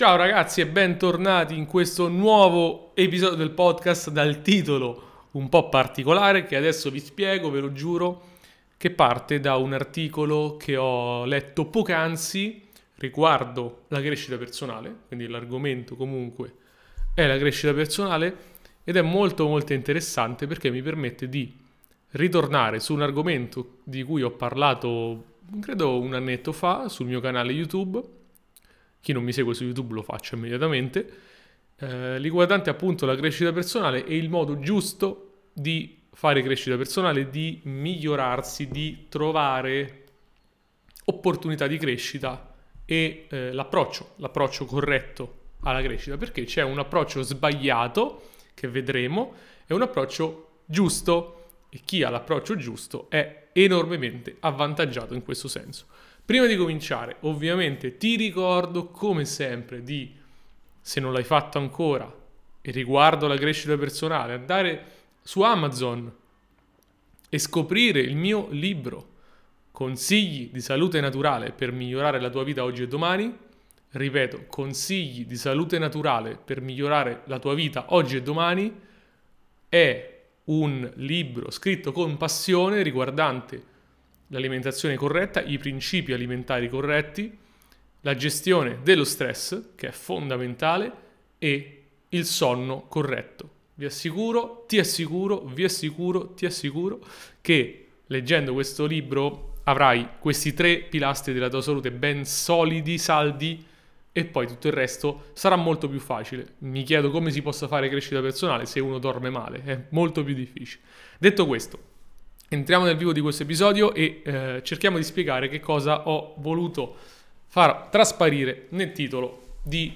Ciao ragazzi e bentornati in questo nuovo episodio del podcast dal titolo un po' particolare che adesso vi spiego, ve lo giuro, che parte da un articolo che ho letto poc'anzi riguardo la crescita personale, quindi l'argomento comunque è la crescita personale ed è molto molto interessante perché mi permette di ritornare su un argomento di cui ho parlato credo un annetto fa sul mio canale YouTube. Chi non mi segue su YouTube lo faccio immediatamente, riguardante appunto la crescita personale e il modo giusto di fare crescita personale, di migliorarsi, di trovare opportunità di crescita e l'approccio corretto alla crescita, perché c'è un approccio sbagliato che vedremo e un approccio giusto e chi ha l'approccio giusto è enormemente avvantaggiato in questo senso. Prima di cominciare, ovviamente ti ricordo come sempre di, se non l'hai fatto ancora, e riguardo la crescita personale, andare su Amazon e scoprire il mio libro Consigli di salute naturale per migliorare la tua vita oggi e domani. Ripeto, consigli di salute naturale per migliorare la tua vita oggi e domani. È un libro scritto con passione riguardante l'alimentazione corretta, i principi alimentari corretti, la gestione dello stress, che è fondamentale, e il sonno corretto. Vi assicuro, ti assicuro che leggendo questo libro avrai questi 3 pilastri della tua salute ben solidi, saldi, e poi tutto il resto sarà molto più facile. Mi chiedo come si possa fare crescita personale se uno dorme male, è molto più difficile. Detto questo, entriamo nel vivo di questo episodio e cerchiamo di spiegare che cosa ho voluto far trasparire nel titolo di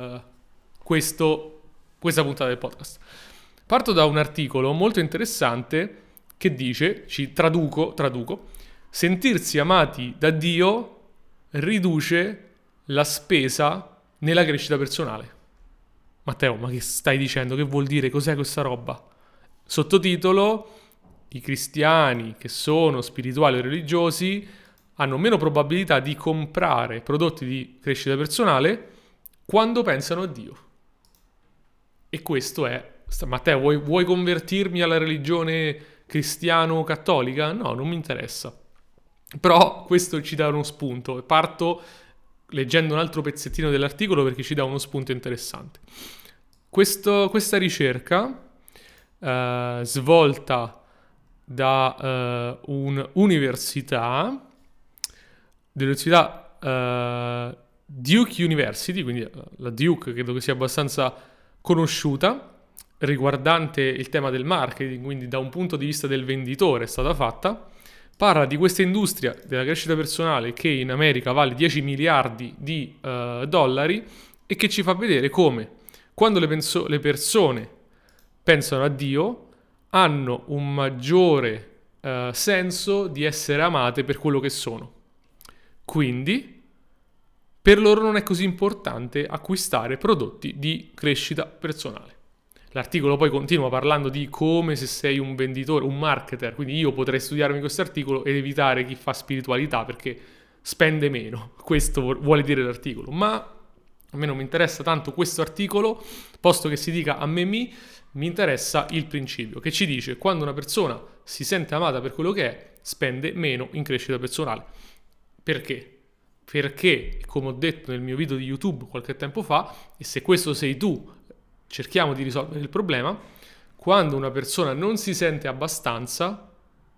questa puntata del podcast. Parto da un articolo molto interessante che dice, traduco, sentirsi amati da Dio riduce la spesa nella crescita personale. Matteo, ma che stai dicendo? Che vuol dire? Cos'è questa roba? Sottotitolo: i cristiani che sono spirituali o religiosi hanno meno probabilità di comprare prodotti di crescita personale quando pensano a Dio. E questo è... Matteo, vuoi convertirmi alla religione cristiano-cattolica? No, non mi interessa. Però questo ci dà uno spunto. Parto leggendo un altro pezzettino dell'articolo perché ci dà uno spunto interessante. Questa ricerca svolta da un'università, dell'università Duke University, quindi la Duke credo che sia abbastanza conosciuta, riguardante il tema del marketing, quindi da un punto di vista del venditore è stata fatta. Parla di questa industria della crescita personale che in America vale 10 miliardi di dollari e che ci fa vedere come quando le persone pensano a Dio hanno un maggiore senso di essere amate per quello che sono. Quindi per loro non è così importante acquistare prodotti di crescita personale. L'articolo poi continua parlando di come se sei un venditore, un marketer, quindi io potrei studiarmi questo articolo ed evitare chi fa spiritualità perché spende meno, questo vuole dire l'articolo, ma a me non mi interessa tanto questo articolo, posto che si dica a mi interessa il principio, che ci dice quando una persona si sente amata per quello che è, spende meno in crescita personale. Perché? Perché, come ho detto nel mio video di YouTube qualche tempo fa, e se questo sei tu, cerchiamo di risolvere il problema, quando una persona non si sente abbastanza,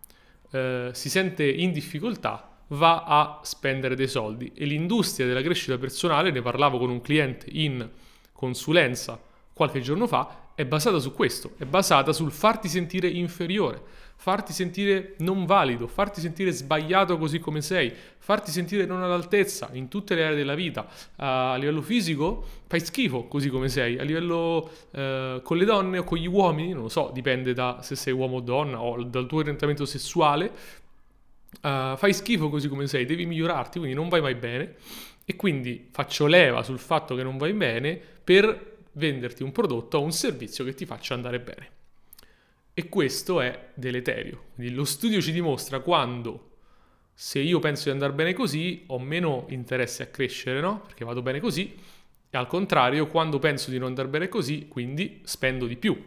si sente in difficoltà, va a spendere dei soldi. E l'industria della crescita personale, ne parlavo con un cliente in consulenza qualche giorno fa, è basata su questo, è basata sul farti sentire inferiore, farti sentire non valido, farti sentire sbagliato così come sei, farti sentire non all'altezza in tutte le aree della vita. A livello fisico fai schifo così come sei, a livello con le donne o con gli uomini, non lo so, dipende da se sei uomo o donna o dal tuo orientamento sessuale, fai schifo così come sei, devi migliorarti, quindi non vai mai bene. E quindi faccio leva sul fatto che non vai bene per venderti un prodotto o un servizio che ti faccia andare bene. E questo è deleterio. Quindi lo studio ci dimostra quando, se io penso di andare bene così, ho meno interesse a crescere, no? Perché vado bene così. E al contrario, quando penso di non andare bene così, quindi spendo di più.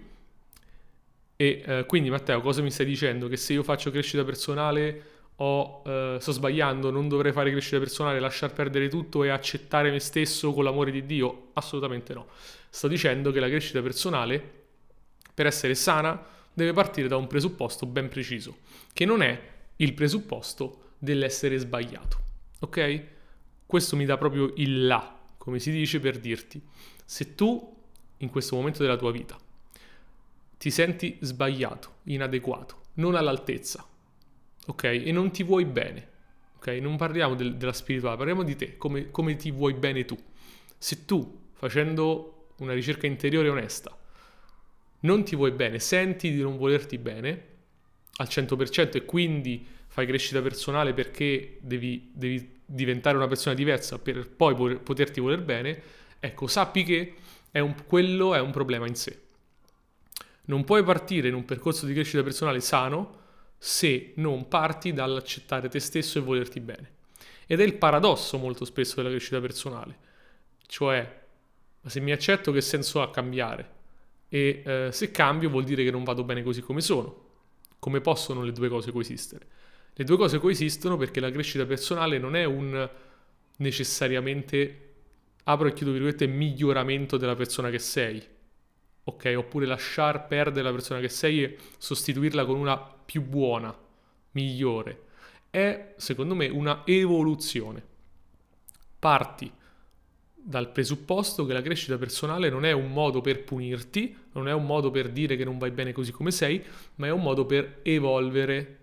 E quindi Matteo, cosa mi stai dicendo? Che se io faccio crescita personale sto sbagliando, non dovrei fare crescita personale, lasciar perdere tutto e accettare me stesso con l'amore di Dio? Assolutamente no. Sto dicendo che la crescita personale, per essere sana, deve partire da un presupposto ben preciso, che non è il presupposto dell'essere sbagliato. Ok? Questo mi dà proprio il là, come si dice, per dirti, se tu in questo momento della tua vita ti senti sbagliato, inadeguato, non all'altezza, ok? E non ti vuoi bene, ok? Non parliamo della spirituale, parliamo di te, come ti vuoi bene tu. Se tu, facendo una ricerca interiore onesta, non ti vuoi bene, senti di non volerti bene al 100% e quindi fai crescita personale perché devi diventare una persona diversa per poi poterti voler bene, ecco, sappi che quello è un problema in sé. Non puoi partire in un percorso di crescita personale sano se non parti dall'accettare te stesso e volerti bene. Ed è il paradosso molto spesso della crescita personale. Cioè, ma se mi accetto che senso ha cambiare? E se cambio vuol dire che non vado bene così come sono. Come possono le due cose coesistere? Le due cose coesistono perché la crescita personale non è un necessariamente, apro e chiudo virgolette, miglioramento della persona che sei. Ok, oppure lasciar perdere la persona che sei e sostituirla con una più buona, migliore. È, secondo me, una evoluzione. Parti dal presupposto che la crescita personale non è un modo per punirti, non è un modo per dire che non vai bene così come sei, ma è un modo per evolvere,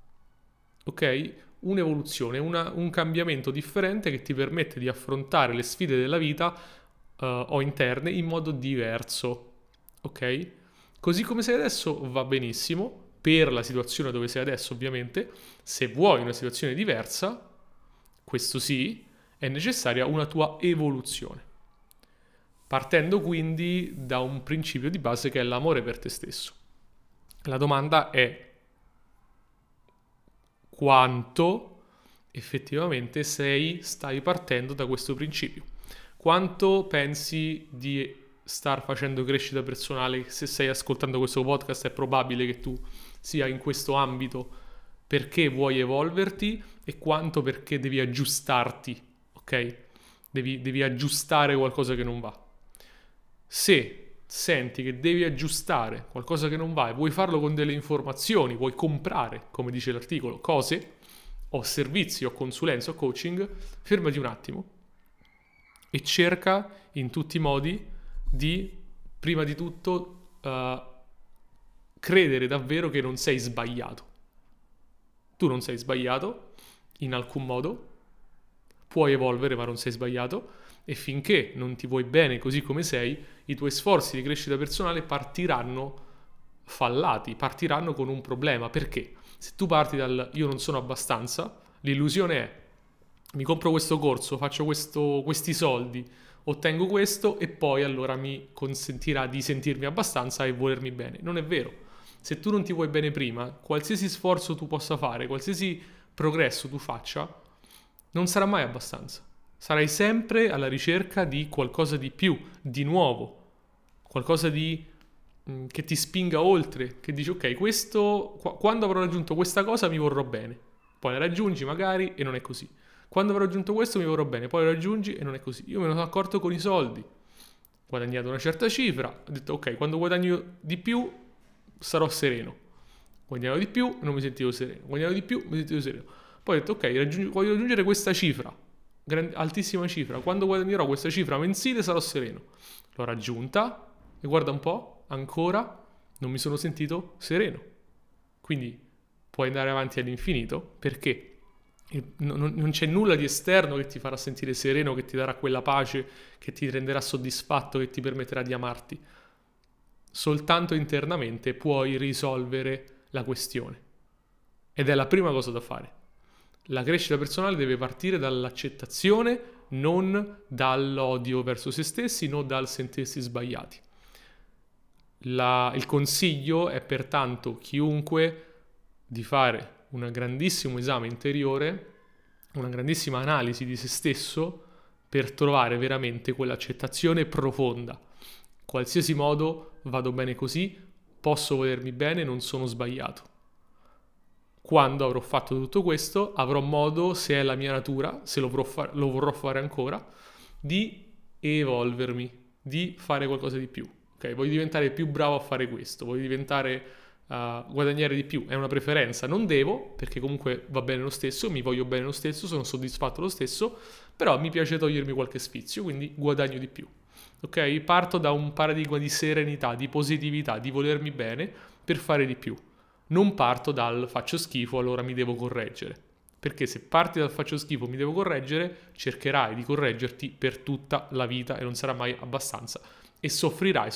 ok? Un'evoluzione, un cambiamento differente che ti permette di affrontare le sfide della vita o interne in modo diverso, ok? Così come sei adesso va benissimo, per la situazione dove sei adesso ovviamente. Se vuoi una situazione diversa, questo sì, è necessaria una tua evoluzione, partendo quindi da un principio di base che è l'amore per te stesso. La domanda è quanto effettivamente stai partendo da questo principio. Quanto pensi di star facendo crescita personale? Se stai ascoltando questo podcast è probabile che tu sia in questo ambito perché vuoi evolverti e quanto perché devi aggiustarti, ok? Devi aggiustare qualcosa che non va. Se senti che devi aggiustare qualcosa che non va e vuoi farlo con delle informazioni, vuoi comprare, come dice l'articolo, cose o servizi o consulenza o coaching, fermati un attimo e cerca in tutti i modi di, prima di tutto, credere davvero che non sei sbagliato. Tu non sei sbagliato in alcun modo, puoi evolvere ma non sei sbagliato e finché non ti vuoi bene così come sei, i tuoi sforzi di crescita personale partiranno fallati, partiranno con un problema. Perché? Se tu parti dal io non sono abbastanza, l'illusione è mi compro questo corso, faccio questi soldi, ottengo questo e poi allora mi consentirà di sentirmi abbastanza e volermi bene. Non è vero. Se tu non ti vuoi bene prima, qualsiasi sforzo tu possa fare, qualsiasi progresso tu faccia, non sarà mai abbastanza. Sarai sempre alla ricerca di qualcosa di più, di nuovo, qualcosa che ti spinga oltre, che dici ok, quando avrò raggiunto questa cosa mi vorrò bene. Poi la raggiungi magari e non è così. Quando avrò raggiunto questo mi vorrò bene, poi lo raggiungi e non è così. Io me ne sono accorto con i soldi. Ho guadagnato una certa cifra, ho detto ok, quando guadagno di più sarò sereno. Guadagnavo di più, non mi sentivo sereno. Guadagnavo di più, mi sentivo sereno. Poi ho detto ok, voglio raggiungere questa cifra, altissima cifra. Quando guadagnerò questa cifra mensile sarò sereno. L'ho raggiunta e guarda un po', ancora non mi sono sentito sereno. Quindi puoi andare avanti all'infinito perché non c'è nulla di esterno che ti farà sentire sereno, che ti darà quella pace, che ti renderà soddisfatto, che ti permetterà di amarti. Soltanto internamente puoi risolvere la questione. Ed è la prima cosa da fare. La crescita personale deve partire dall'accettazione, non dall'odio verso se stessi, non dal sentirsi sbagliati. Il consiglio è pertanto chiunque di fare un grandissimo esame interiore, una grandissima analisi di se stesso per trovare veramente quell'accettazione profonda. Qualsiasi modo, vado bene così, posso volermi bene, non sono sbagliato. Quando avrò fatto tutto questo, avrò modo, se è la mia natura, se lo vorrò fare ancora, di evolvermi, di fare qualcosa di più. Ok, voglio diventare più bravo a fare questo, voglio diventare guadagnare di più, è una preferenza, non devo, perché comunque va bene lo stesso, mi voglio bene lo stesso, sono soddisfatto lo stesso, però mi piace togliermi qualche sfizio, quindi guadagno di più. Ok, parto da un paradigma di serenità, di positività, di volermi bene per fare di più. Non parto dal faccio schifo, allora mi devo correggere. Perché se parti dal faccio schifo, mi devo correggere, cercherai di correggerti per tutta la vita e non sarà mai abbastanza. E soffrirai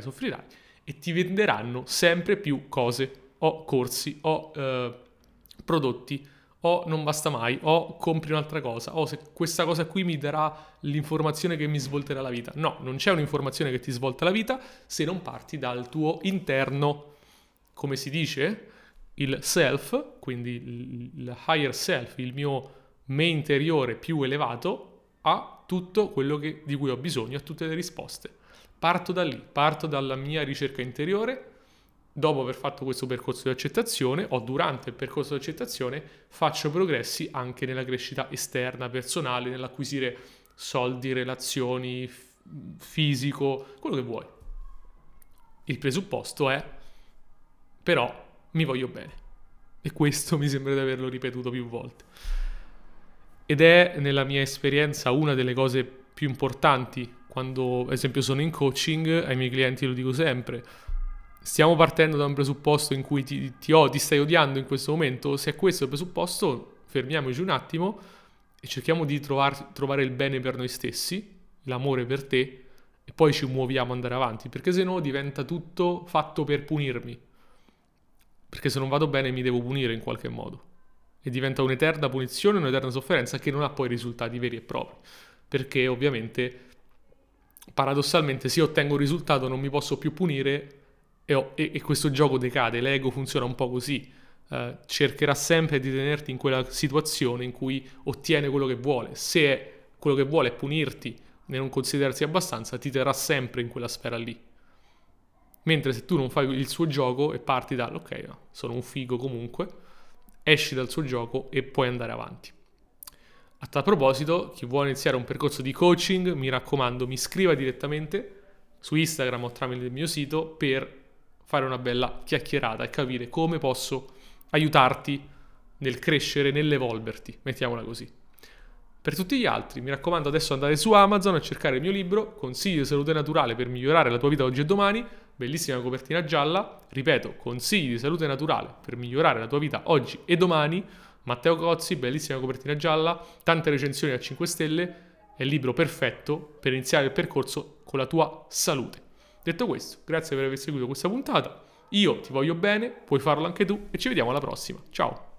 e ti venderanno sempre più cose, o corsi, o prodotti, o non basta mai, o compri un'altra cosa, o se questa cosa qui mi darà l'informazione che mi svolterà la vita. No, non c'è un'informazione che ti svolta la vita se non parti dal tuo interno. Come si dice, il self, quindi il higher self, il mio me interiore più elevato, ha tutto quello di cui ho bisogno, ha tutte le risposte. Parto da lì, parto dalla mia ricerca interiore, dopo aver fatto questo percorso di accettazione o durante il percorso di accettazione faccio progressi anche nella crescita esterna, personale, nell'acquisire soldi, relazioni, fisico, quello che vuoi. Il presupposto è però mi voglio bene. E questo mi sembra di averlo ripetuto più volte. Ed è nella mia esperienza una delle cose più importanti quando, ad esempio, sono in coaching, ai miei clienti lo dico sempre. Stiamo partendo da un presupposto in cui ti stai odiando in questo momento. Se è questo il presupposto, fermiamoci un attimo e cerchiamo di trovare il bene per noi stessi, l'amore per te, e poi ci muoviamo ad andare avanti, perché se no diventa tutto fatto per punirmi. Perché se non vado bene mi devo punire in qualche modo. E diventa un'eterna punizione, un'eterna sofferenza che non ha poi risultati veri e propri. Perché ovviamente, paradossalmente, se ottengo un risultato non mi posso più punire e questo gioco decade. L'ego funziona un po' così. Cercherà sempre di tenerti in quella situazione in cui ottiene quello che vuole. Se quello che vuole è punirti e non considerarsi abbastanza, ti terrà sempre in quella sfera lì. Mentre se tu non fai il suo gioco e parti da ok, no, sono un figo comunque, esci dal suo gioco e puoi andare avanti. A tal proposito, chi vuole iniziare un percorso di coaching, mi raccomando, mi scriva direttamente su Instagram o tramite il mio sito per fare una bella chiacchierata e capire come posso aiutarti nel crescere, nell'evolverti, mettiamola così. Per tutti gli altri, mi raccomando adesso andare su Amazon a cercare il mio libro Consigli di salute naturale per migliorare la tua vita oggi e domani, bellissima copertina gialla, ripeto, Consigli di salute naturale per migliorare la tua vita oggi e domani, Matteo Cozzi, bellissima copertina gialla, tante recensioni a 5 stelle, è il libro perfetto per iniziare il percorso con la tua salute. Detto questo, grazie per aver seguito questa puntata, io ti voglio bene, puoi farlo anche tu e ci vediamo alla prossima, ciao!